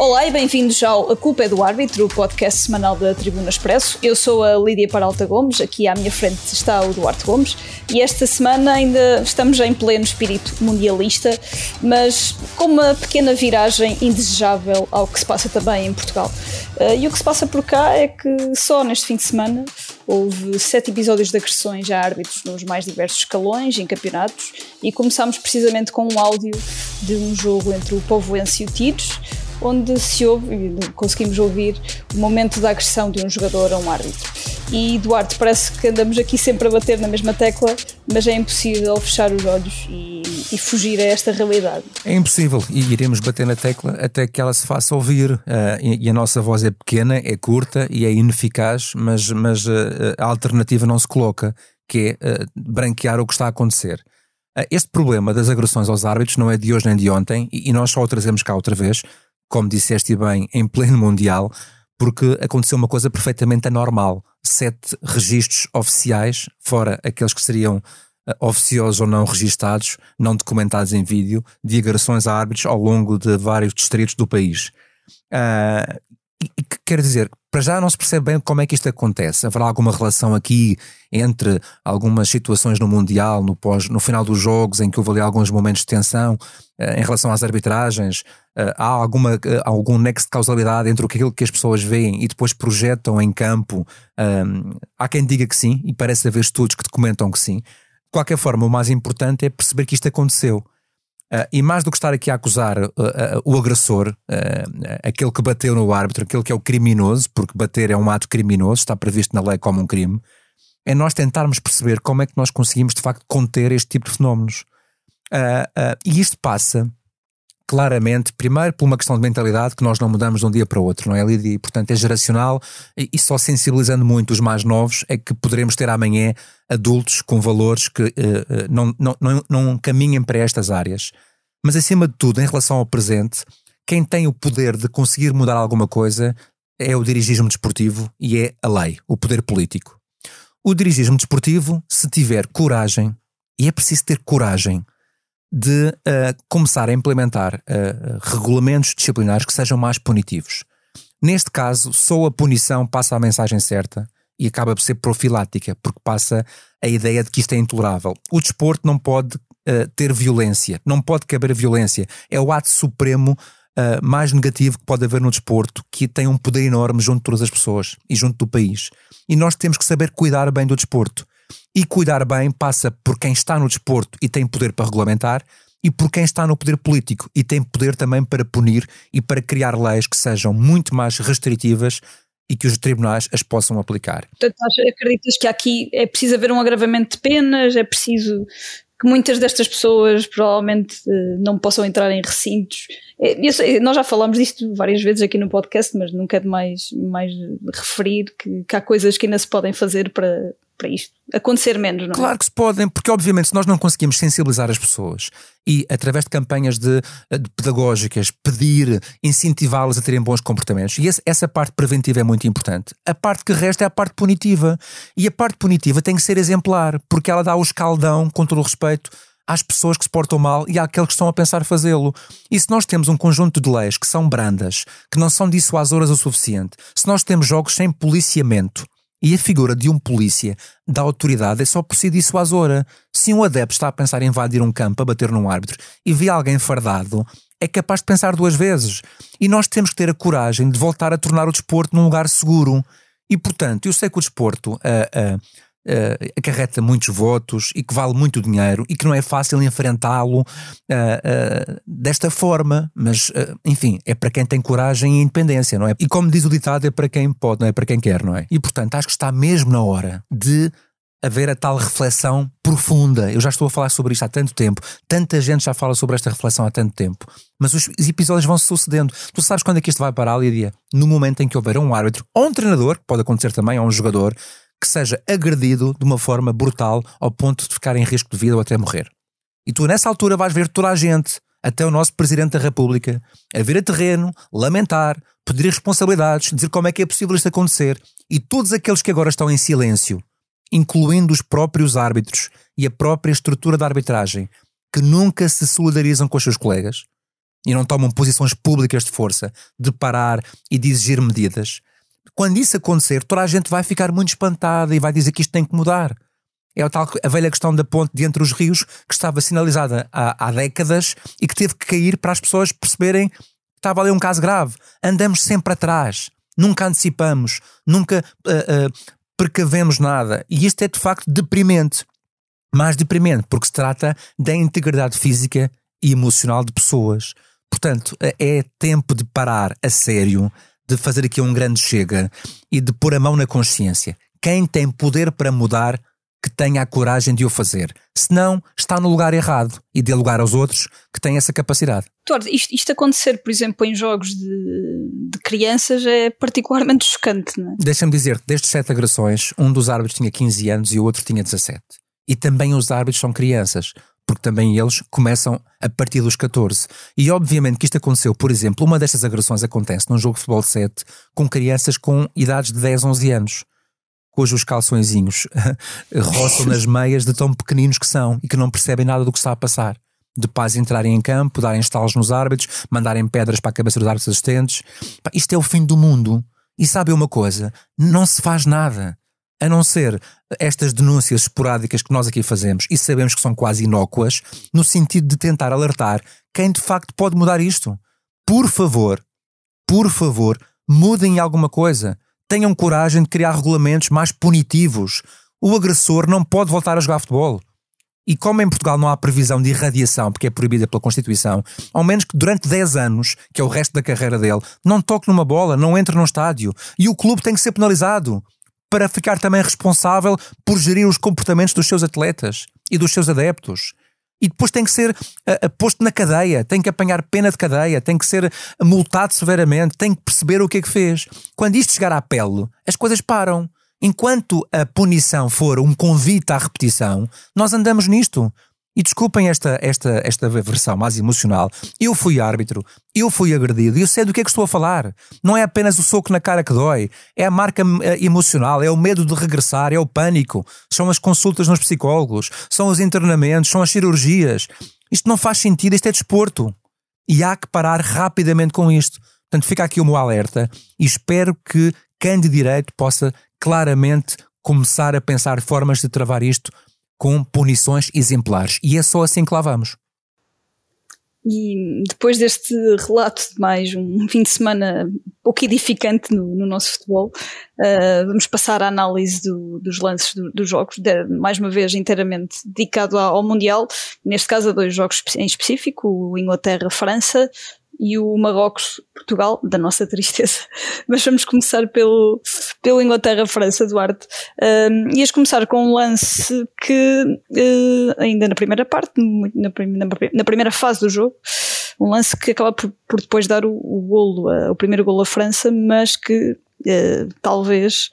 Olá e bem-vindos ao A Culpa é do Árbitro, o podcast semanal da Tribuna Expresso. Eu sou a Lídia Peralta Gomes, aqui à minha frente está o Duarte Gomes e esta semana ainda estamos em pleno espírito mundialista, mas com uma pequena viragem indesejável ao que se passa também em Portugal. E o que se passa por cá é que só neste fim de semana houve 7 episódios de agressões a árbitros nos mais diversos escalões, em campeonatos, e começámos precisamente com um áudio de um jogo entre o Povoense e o Tires, onde conseguimos ouvir o momento da agressão de um jogador a um árbitro. E, Duarte, parece que andamos aqui sempre a bater na mesma tecla, mas é impossível fechar os olhos e fugir a esta realidade. É impossível, e iremos bater na tecla até que ela se faça ouvir, e a nossa voz é pequena, é curta e é ineficaz, mas a alternativa não se coloca, que é branquear o que está a acontecer. Este problema das agressões aos árbitros não é de hoje nem de ontem, e nós só o trazemos cá outra vez, como disseste bem, em pleno Mundial, porque aconteceu uma coisa perfeitamente anormal. 7 registros oficiais, fora aqueles que seriam oficiosos ou não registados, não documentados em vídeo, de agressões a árbitros ao longo de vários distritos do país. Quer dizer, para já não se percebe bem como é que isto acontece. Haverá alguma relação aqui entre algumas situações no Mundial, no final dos jogos, em que houve ali alguns momentos de tensão em relação às arbitragens? Há algum nexo de causalidade entre aquilo que as pessoas veem e depois projetam em campo? Há quem diga que sim, e parece haver estudos que documentam que sim. De qualquer forma, o mais importante é perceber que isto aconteceu. E mais do que estar aqui a acusar o agressor, aquele que bateu no árbitro, aquele que é o criminoso, porque bater é um ato criminoso, está previsto na lei como um crime, é nós tentarmos perceber como é que nós conseguimos de facto conter este tipo de fenómenos. E isto passa claramente, primeiro, por uma questão de mentalidade que nós não mudamos de um dia para o outro, não é, Lídia? E, portanto, é geracional, e só sensibilizando muito os mais novos é que poderemos ter amanhã adultos com valores que não caminhem para estas áreas. Mas, acima de tudo, em relação ao presente, quem tem o poder de conseguir mudar alguma coisa é o dirigismo desportivo e é a lei, o poder político. O dirigismo desportivo, se tiver coragem, e é preciso ter coragem, de começar a implementar regulamentos disciplinares que sejam mais punitivos. Neste caso, só a punição passa a mensagem certa e acaba por ser profilática, porque passa a ideia de que isto é intolerável. O desporto não pode ter violência, não pode caber violência. É o ato supremo mais negativo que pode haver no desporto, que tem um poder enorme junto de todas as pessoas e junto do país. E nós temos que saber cuidar bem do desporto. E cuidar bem passa por quem está no desporto e tem poder para regulamentar, e por quem está no poder político e tem poder também para punir e para criar leis que sejam muito mais restritivas e que os tribunais as possam aplicar. Portanto, acreditas que aqui é preciso haver um agravamento de penas, é preciso que muitas destas pessoas provavelmente não possam entrar em recintos? Nós já falámos disto várias vezes aqui no podcast, mas nunca é demais referir que há coisas que ainda se podem fazer para isto acontecer menos, não é? Claro que se podem, porque obviamente se nós não conseguimos sensibilizar as pessoas e através de campanhas de pedagógicas, pedir, incentivá-las a terem bons comportamentos, e essa parte preventiva é muito importante. A parte que resta é a parte punitiva, e a parte punitiva tem que ser exemplar, porque ela dá o escaldão, com todo o respeito, às pessoas que se portam mal e àqueles que estão a pensar fazê-lo. E se nós temos um conjunto de leis que são brandas, que não são dissuasoras o suficiente, se nós temos jogos sem policiamento, e a figura de um polícia da autoridade é só por si dissuasora. Se um adepto está a pensar em invadir um campo a bater num árbitro e vê alguém fardado, é capaz de pensar 2 vezes. E nós temos que ter a coragem de voltar a tornar o desporto num lugar seguro. E, portanto, eu sei que o desporto acarreta muitos votos e que vale muito dinheiro e que não é fácil enfrentá-lo desta forma, mas enfim, é para quem tem coragem e independência, não é? E como diz o ditado, é para quem pode, não é para quem quer, não é? E portanto acho que está mesmo na hora de haver a tal reflexão profunda. Eu já estou a falar sobre isto há tanto tempo, tanta gente já fala sobre esta reflexão há tanto tempo, mas os episódios vão se sucedendo. Tu sabes quando é que isto vai parar, Lídia? No momento em que houver um árbitro ou um treinador, que pode acontecer também, ou um jogador, que seja agredido de uma forma brutal ao ponto de ficar em risco de vida ou até morrer. E tu nessa altura vais ver toda a gente, até o nosso Presidente da República, a vir a terreno, lamentar, pedir responsabilidades, dizer como é que é possível isto acontecer. E todos aqueles que agora estão em silêncio, incluindo os próprios árbitros e a própria estrutura da arbitragem, que nunca se solidarizam com os seus colegas, e não tomam posições públicas de força, de parar e de exigir medidas, quando isso acontecer, toda a gente vai ficar muito espantada e vai dizer que isto tem que mudar. É a velha questão da ponte de entre os rios, que estava sinalizada há décadas e que teve que cair para as pessoas perceberem que estava ali um caso grave. Andamos sempre atrás, nunca antecipamos, nunca precavemos nada. E isto é de facto deprimente. Mais deprimente, porque se trata da integridade física e emocional de pessoas. Portanto, é tempo de parar a sério, de fazer aqui um grande chega e de pôr a mão na consciência. Quem tem poder para mudar, que tenha a coragem de o fazer. Senão, está no lugar errado e dê lugar aos outros que têm essa capacidade. Eduardo, isto acontecer, por exemplo, em jogos de crianças é particularmente chocante, não é? Deixa-me dizer que destes 7 agressões, um dos árbitros tinha 15 anos e o outro tinha 17. E também os árbitros são crianças, porque também eles começam a partir dos 14. E obviamente que isto aconteceu, por exemplo, uma destas agressões acontece num jogo de futebol de 7 com crianças com idades de 10, 11 anos. Cujos calçõezinhos roçam nas meias de tão pequeninos que são e que não percebem nada do que está a passar. De pais entrarem em campo, darem estalos nos árbitros, mandarem pedras para a cabeça dos árbitros assistentes. Isto é o fim do mundo. E sabe uma coisa? Não se faz nada. A não ser estas denúncias esporádicas que nós aqui fazemos e sabemos que são quase inócuas, no sentido de tentar alertar quem de facto pode mudar isto. Por favor, mudem alguma coisa. Tenham coragem de criar regulamentos mais punitivos. O agressor não pode voltar a jogar futebol. E como em Portugal não há previsão de irradiação, porque é proibida pela Constituição, ao menos que durante 10 anos, que é o resto da carreira dele, não toque numa bola, não entre num estádio. E o clube tem que ser penalizado para ficar também responsável por gerir os comportamentos dos seus atletas e dos seus adeptos. E depois tem que ser posto na cadeia, tem que apanhar pena de cadeia, tem que ser multado severamente, tem que perceber o que é que fez. Quando isto chegar à pele, as coisas param. Enquanto a punição for um convite à repetição, nós andamos nisto. E desculpem esta versão mais emocional. Eu fui árbitro, eu fui agredido e eu sei do que é que estou a falar. Não é apenas o soco na cara que dói, é a marca emocional, é o medo de regressar, é o pânico, são as consultas nos psicólogos, são os internamentos, são as cirurgias. Isto não faz sentido, isto é desporto. E há que parar rapidamente com isto. Portanto, fica aqui o meu alerta e espero que quem de direito possa claramente começar a pensar formas de travar isto com punições exemplares. E é só assim que lá vamos. E depois deste relato de mais um fim de semana pouco edificante no nosso futebol, vamos passar à análise dos lances dos jogos, mais uma vez inteiramente dedicado ao Mundial, neste caso a 2 jogos em específico, o Inglaterra-França e o Marrocos-Portugal, da nossa tristeza. Mas vamos começar pelo Inglaterra-França, Duarte. Ias começar com um lance que, ainda na primeira parte, na primeira fase do jogo, um lance que acaba por depois dar o primeiro golo à França, mas que talvez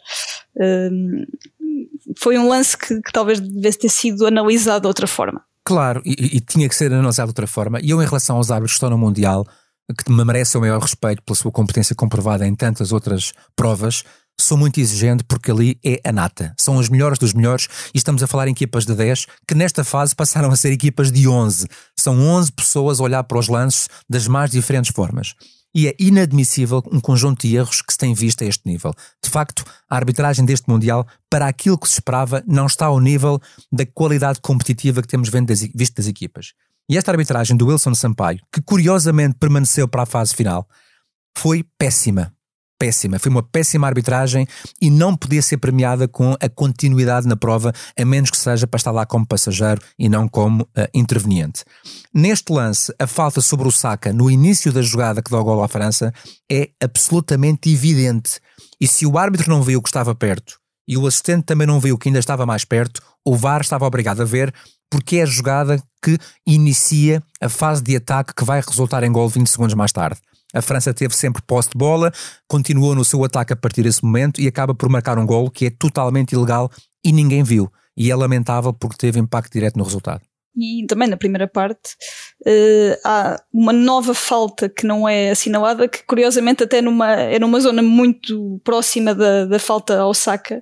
foi um lance que talvez devesse ter sido analisado de outra forma. Claro, e tinha que ser analisado de outra forma. E eu, em relação aos árbitros que estão no Mundial, que me merece o maior respeito pela sua competência comprovada em tantas outras provas, sou muito exigente porque ali é a nata. São os melhores dos melhores e estamos a falar em equipas de 10 que nesta fase passaram a ser equipas de 11. São 11 pessoas a olhar para os lances das mais diferentes formas. E é inadmissível um conjunto de erros que se tem visto a este nível. De facto, a arbitragem deste Mundial, para aquilo que se esperava, não está ao nível da qualidade competitiva que temos visto das equipas. E esta arbitragem do Wilson Sampaio, que curiosamente permaneceu para a fase final, foi péssima. Péssima. Foi uma péssima arbitragem e não podia ser premiada com a continuidade na prova, a menos que seja para estar lá como passageiro e não como interveniente. Neste lance, a falta sobre o Saka no início da jogada que dá o golo à França é absolutamente evidente. E se o árbitro não viu que estava perto e o assistente também não viu que ainda estava mais perto, o VAR estava obrigado a ver, porque é a jogada que inicia a fase de ataque que vai resultar em golo 20 segundos mais tarde. A França teve sempre posse de bola, continuou no seu ataque a partir desse momento e acaba por marcar um golo que é totalmente ilegal e ninguém viu. E é lamentável porque teve impacto direto no resultado. E também na primeira parte há uma nova falta que não é assinalada, que curiosamente até é numa zona muito próxima da falta ao Saka,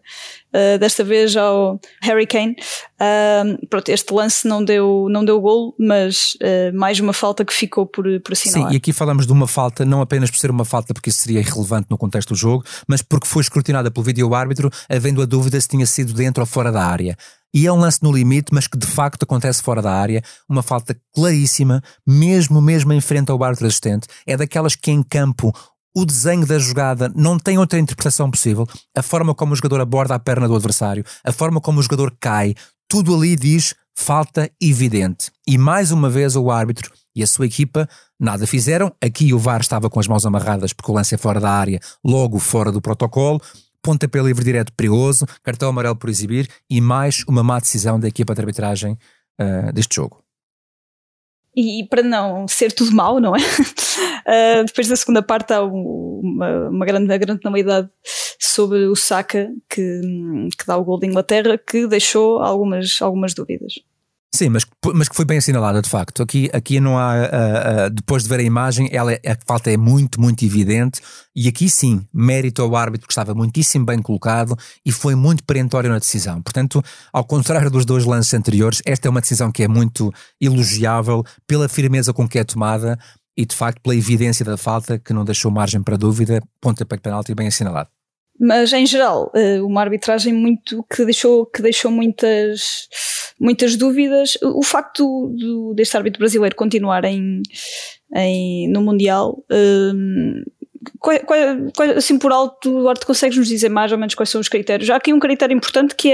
desta vez ao Harry Kane. Pronto, este lance não deu golo, mas mais uma falta que ficou por assinalar. Sim, e aqui falamos de uma falta, não apenas por ser uma falta porque isso seria irrelevante no contexto do jogo, mas porque foi escrutinada pelo vídeo-árbitro, havendo a dúvida se tinha sido dentro ou fora da área. E é um lance no limite, mas que de facto acontece fora da área, uma falta claríssima, mesmo em frente ao árbitro assistente. É daquelas que em campo o desenho da jogada não tem outra interpretação possível. A forma como o jogador aborda a perna do adversário, a forma como o jogador cai, tudo ali diz falta evidente. E mais uma vez o árbitro e a sua equipa nada fizeram. Aqui o VAR estava com as mãos amarradas porque o lance é fora da área, logo fora do protocolo. Pontapé livre direto perigoso, cartão amarelo por exibir e mais uma má decisão da equipa de arbitragem deste jogo. E para não ser tudo mau, não é? Depois da segunda parte há uma grande novidade sobre o Saka que dá o gol de Inglaterra, que deixou algumas dúvidas. Sim, mas que foi bem assinalada de facto. Aqui não há, depois de ver a imagem, a falta é muito evidente, e aqui sim, mérito ao árbitro que estava muitíssimo bem colocado e foi muito perentório na decisão. Portanto, ao contrário dos dois lances anteriores, esta é uma decisão que é muito elogiável pela firmeza com que é tomada e de facto pela evidência da falta que não deixou margem para dúvida, pontapé de penalti bem assinalado. Mas em geral, uma arbitragem que deixou muitas dúvidas. O facto deste árbitro brasileiro continuar no Mundial, assim por alto, Duarte, consegues-nos dizer mais ou menos quais são os critérios? Há aqui um critério importante que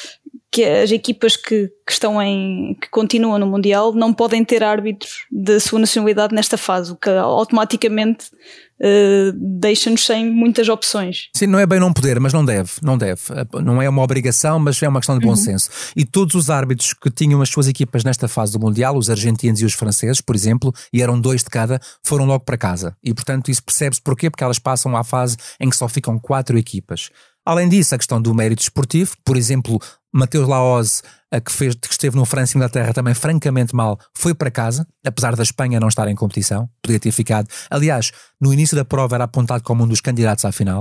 é as equipas que continuam no Mundial não podem ter árbitros da sua nacionalidade nesta fase, o que automaticamente deixa-nos sem muitas opções. Sim, não é bem não poder, mas não deve. Não é uma obrigação, mas é uma questão de bom senso. E todos os árbitros que tinham as suas equipas nesta fase do Mundial, os argentinos e os franceses, por exemplo, e eram 2 de cada, foram logo para casa. E portanto isso percebe-se porquê, porque elas passam à fase em que só ficam 4 equipas. Além disso, a questão do mérito esportivo, por exemplo, Mateus Laoz, que esteve no França e Inglaterra também francamente mal, foi para casa, apesar da Espanha não estar em competição, podia ter ficado. Aliás, no início da prova era apontado como um dos candidatos à final.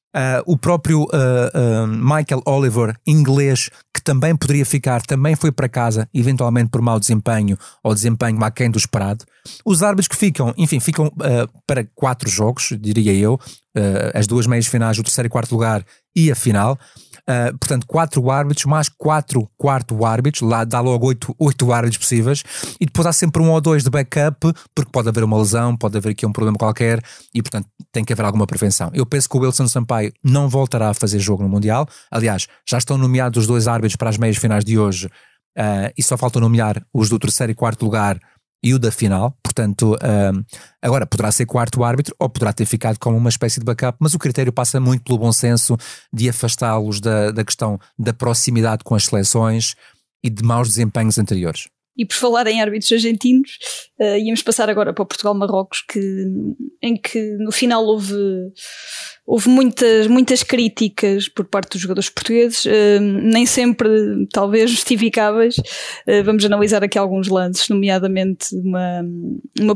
O próprio Michael Oliver, inglês, que também poderia ficar, também foi para casa, eventualmente por mau desempenho ou desempenho aquém do esperado. Os árbitros que ficam para 4 jogos, diria eu, as 2 meias finais, o terceiro e quarto lugar e a final. Portanto, 4 árbitros mais 4 quarto árbitros, lá dá logo 8 árbitros possíveis, e depois há sempre 1 ou 2 de backup, porque pode haver uma lesão, pode haver aqui um problema qualquer, e portanto tem que haver alguma prevenção. Eu penso que o Wilson Sampaio não voltará a fazer jogo no Mundial. Aliás, já estão nomeados os 2 árbitros para as meias finais de hoje, e só falta nomear os do terceiro e quarto lugar e o da final. Portanto, agora poderá ser quarto árbitro ou poderá ter ficado como uma espécie de backup, mas o critério passa muito pelo bom senso de afastá-los da questão da proximidade com as seleções e de maus desempenhos anteriores. E por falar em árbitros argentinos, íamos passar agora para o Portugal-Marrocos, em que no final houve muitas críticas por parte dos jogadores portugueses, nem sempre talvez justificáveis. Vamos analisar aqui alguns lances, nomeadamente um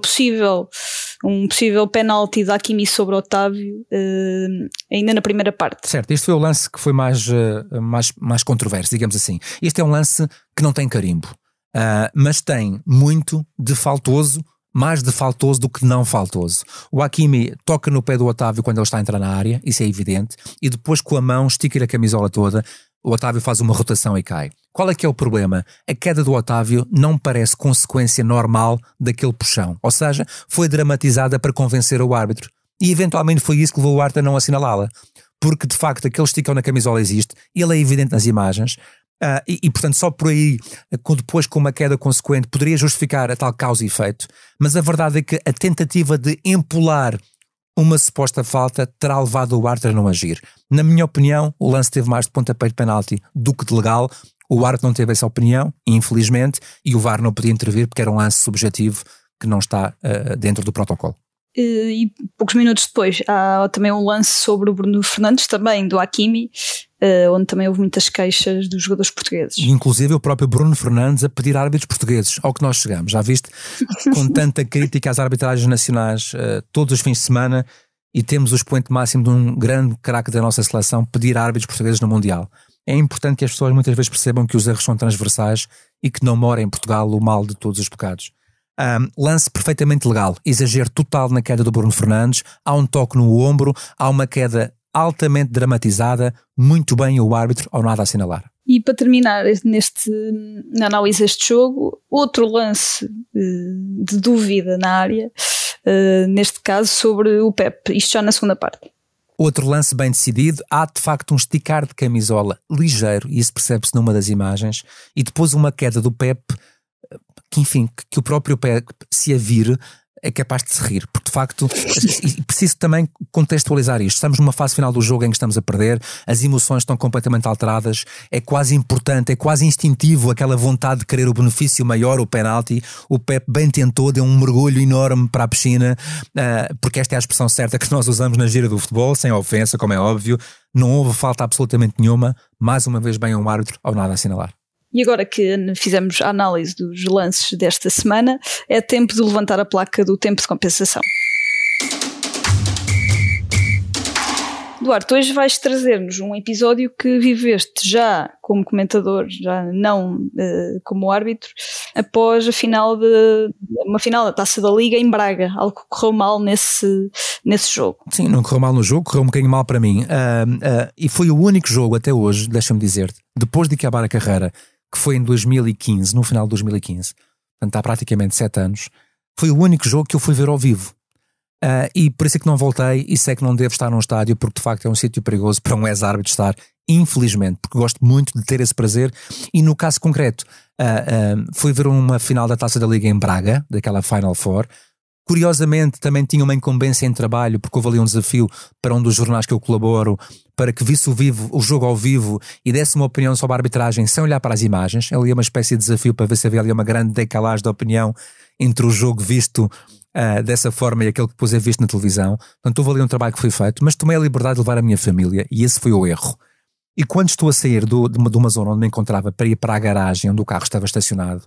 possível penalti de Hakimi sobre Otávio, ainda na primeira parte. Certo, este foi o lance que foi mais controverso, digamos assim. Este é um lance que não tem carimbo. Mas tem muito de faltoso, mais de faltoso do que não faltoso. O Hakimi toca no pé do Otávio quando ele está a entrar na área, isso é evidente, e depois com a mão estica-lhe a camisola toda, o Otávio faz uma rotação e cai. Qual é que é o problema? A queda do Otávio não parece consequência normal daquele puxão, ou seja, foi dramatizada para convencer o árbitro, e eventualmente foi isso que levou o árbitro a não assinalá-la, porque de facto aquele esticão na camisola existe, ele é evidente nas imagens. E portanto só por aí, depois com uma queda consequente, poderia justificar a tal causa e efeito, mas a verdade é que a tentativa de empolar uma suposta falta terá levado o árbitro a não agir. Na minha opinião, o lance teve mais de pontapé de penalti do que de legal. O árbitro não teve essa opinião, infelizmente, e o VAR não podia intervir porque era um lance subjetivo que não está dentro do protocolo. E poucos minutos depois há também um lance sobre o Bruno Fernandes, também do Hakimi, onde também houve muitas queixas dos jogadores portugueses. Inclusive o próprio Bruno Fernandes a pedir árbitros portugueses, ao que nós chegamos, já viste, com tanta crítica às arbitragens nacionais todos os fins de semana, e temos o expoente máximo de um grande craque da nossa seleção pedir árbitros portugueses no Mundial. é importante que as pessoas muitas vezes percebam que os erros são transversais e que não mora em Portugal o mal de todos os pecados. Lance perfeitamente legal, exagero total na queda do Bruno Fernandes, há um toque no ombro, há uma queda altamente dramatizada, muito bem o árbitro ou nada a assinalar. E para terminar na análise deste jogo, outro lance de dúvida na área, neste caso sobre o Pep, isto já na segunda parte. Outro lance bem decidido, há de facto um esticar de camisola ligeiro, e isso percebe-se numa das imagens, e depois uma queda do Pep, que o próprio Pep, se a vir, é capaz de se rir, porque de facto, e preciso também contextualizar isto, estamos numa fase final do jogo em que estamos a perder, as emoções estão completamente alteradas, é quase importante, é quase instintivo aquela vontade de querer o benefício maior, o penalti. O Pep bem tentou, deu um mergulho enorme para a piscina, porque esta é a expressão certa que nós usamos na gira do futebol, sem ofensa, como é óbvio, não houve falta absolutamente nenhuma, mais uma vez bem um árbitro ao nada a assinalar. E agora que fizemos a análise dos lances desta semana, é tempo de levantar a placa do tempo de compensação. Duarte, hoje vais trazer-nos um episódio que viveste já como comentador, já não como árbitro, após uma final da Taça da Liga em Braga, algo que correu mal nesse jogo. Sim, não correu mal no jogo, correu um bocadinho mal para mim, e foi o único jogo até hoje, deixa-me dizer-te, depois de acabar a carreira, que foi em 2015, no final de 2015, portanto há praticamente 7 anos, foi o único jogo que eu fui ver ao vivo. E por isso é que não voltei, e sei que não devo estar num estádio, porque de facto é um sítio perigoso para um ex-árbitro estar, infelizmente, porque gosto muito de ter esse prazer. E no caso concreto, fui ver uma final da Taça da Liga em Braga, daquela Final Four. Curiosamente também tinha uma incumbência em trabalho, porque houve ali um desafio para um dos jornais que eu colaboro, para que visse o jogo ao vivo e desse uma opinião sobre a arbitragem sem olhar para as imagens. Ali é uma espécie de desafio para ver se havia ali uma grande decalagem de opinião entre o jogo visto dessa forma e aquele que depois é visto na televisão. Portanto, houve ali um trabalho que foi feito, mas tomei a liberdade de levar a minha família, e esse foi o erro. E quando estou a sair de uma zona onde me encontrava para ir para a garagem onde o carro estava estacionado,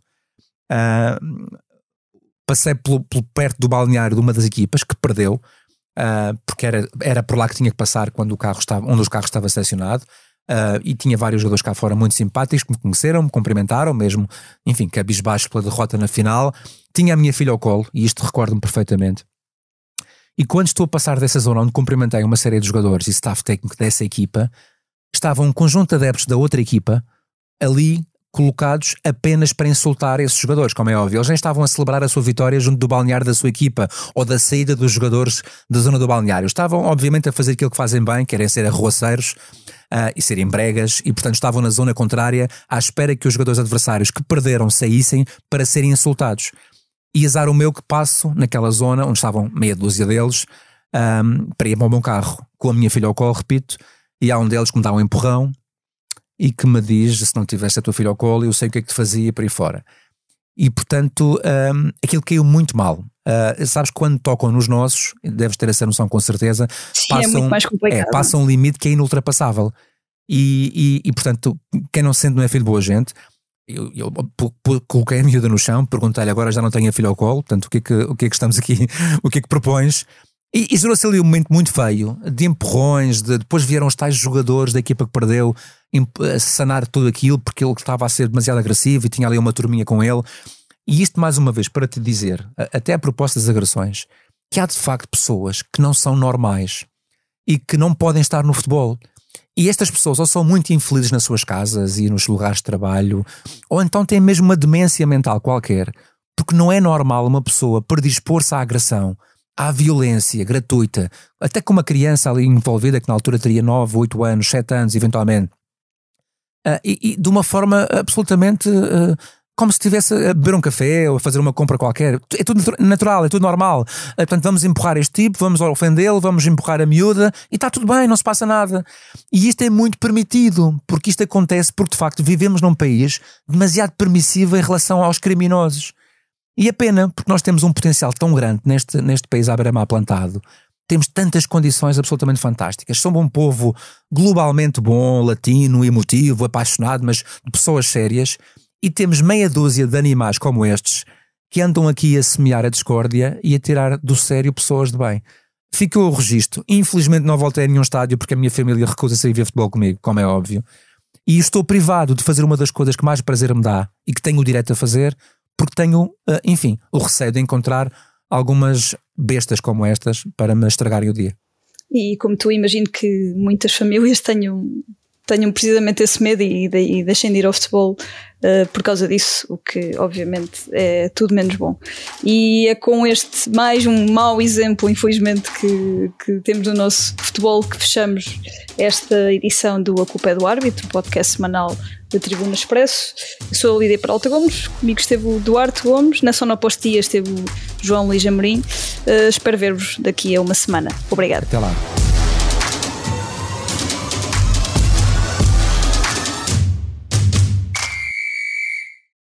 passei perto do balneário de uma das equipas que perdeu, porque era por lá que tinha que passar onde o carro estava estacionado, e tinha vários jogadores cá fora muito simpáticos que me conheceram, me cumprimentaram mesmo, enfim, cabisbaixo pela derrota na final. Tinha a minha filha ao colo, e isto recordo-me perfeitamente. E quando estou a passar dessa zona onde cumprimentei uma série de jogadores e staff técnico dessa equipa, estava um conjunto de adeptos da outra equipa ali colocados apenas para insultar esses jogadores, como é óbvio. Eles nem estavam a celebrar a sua vitória junto do balneário da sua equipa ou da saída dos jogadores da zona do balneário. Estavam obviamente a fazer aquilo que fazem bem, querem ser arruaceiros e serem bregas, e portanto estavam na zona contrária à espera que os jogadores adversários que perderam saíssem para serem insultados. E azar o meu que passo naquela zona onde estavam meia dúzia deles, para ir para o meu carro com a minha filha ao colo, repito, e há um deles que me dá um empurrão e que me diz: se não tivesse a tua filha ao colo, eu sei o que é que te fazia para ir fora. E portanto aquilo caiu muito mal. Sabes, quando tocam nos nossos, deves ter essa noção com certeza. Sim, é muito mais complicado. Passa um limite que é inultrapassável. E portanto, quem não se sente não é filho de boa gente. Eu coloquei a miúda no chão, perguntei-lhe: agora já não tenho a filha ao colo, portanto o que é que estamos aqui, o que é que propões? E gerou-se ali um momento muito feio, de empurrões, depois vieram os tais jogadores da equipa que perdeu a sanar tudo aquilo, porque ele estava a ser demasiado agressivo e tinha ali uma turminha com ele. E isto mais uma vez para te dizer, até a propósito das agressões, que há de facto pessoas que não são normais e que não podem estar no futebol. E estas pessoas ou são muito infelizes nas suas casas e nos lugares de trabalho, ou então têm mesmo uma demência mental qualquer, porque não é normal uma pessoa predispor-se à agressão, à violência gratuita, até com uma criança ali envolvida que na altura teria 9, 8 anos, 7 anos eventualmente, e de uma forma absolutamente como se estivesse a beber um café ou a fazer uma compra qualquer. É tudo natural, é tudo normal. Portanto, vamos empurrar este tipo, vamos ofendê-lo, vamos empurrar a miúda e está tudo bem, não se passa nada. E isto é muito permitido, porque isto acontece porque de facto vivemos num país demasiado permissivo em relação aos criminosos. E é pena, porque nós temos um potencial tão grande neste país à beira-mar plantado. Temos tantas condições absolutamente fantásticas. Somos um povo globalmente bom, latino, emotivo, apaixonado, mas de pessoas sérias. E temos meia dúzia de animais como estes que andam aqui a semear a discórdia e a tirar do sério pessoas de bem. Ficou o registro. Infelizmente não voltei a nenhum estádio porque a minha família recusa-se a ir ver futebol comigo, como é óbvio. e estou privado de fazer uma das coisas que mais prazer me dá e que tenho o direito a fazer, porque tenho, enfim, o receio de encontrar algumas bestas como estas para me estragarem o dia. E como tu, imagino que muitas famílias tenham precisamente esse medo e deixem de ir ao futebol por causa disso, o que obviamente é tudo menos bom. E é com este mais um mau exemplo, infelizmente, que temos no nosso futebol que fechamos esta edição do A Culpa é do Árbitro, podcast semanal da Tribuna Expresso. Eu sou a Lídia Peralta Gomes, comigo esteve o Duarte Gomes, na sonoplastia esteve o João Luís Amorim. Espero ver-vos daqui a uma semana. Obrigado. Até lá.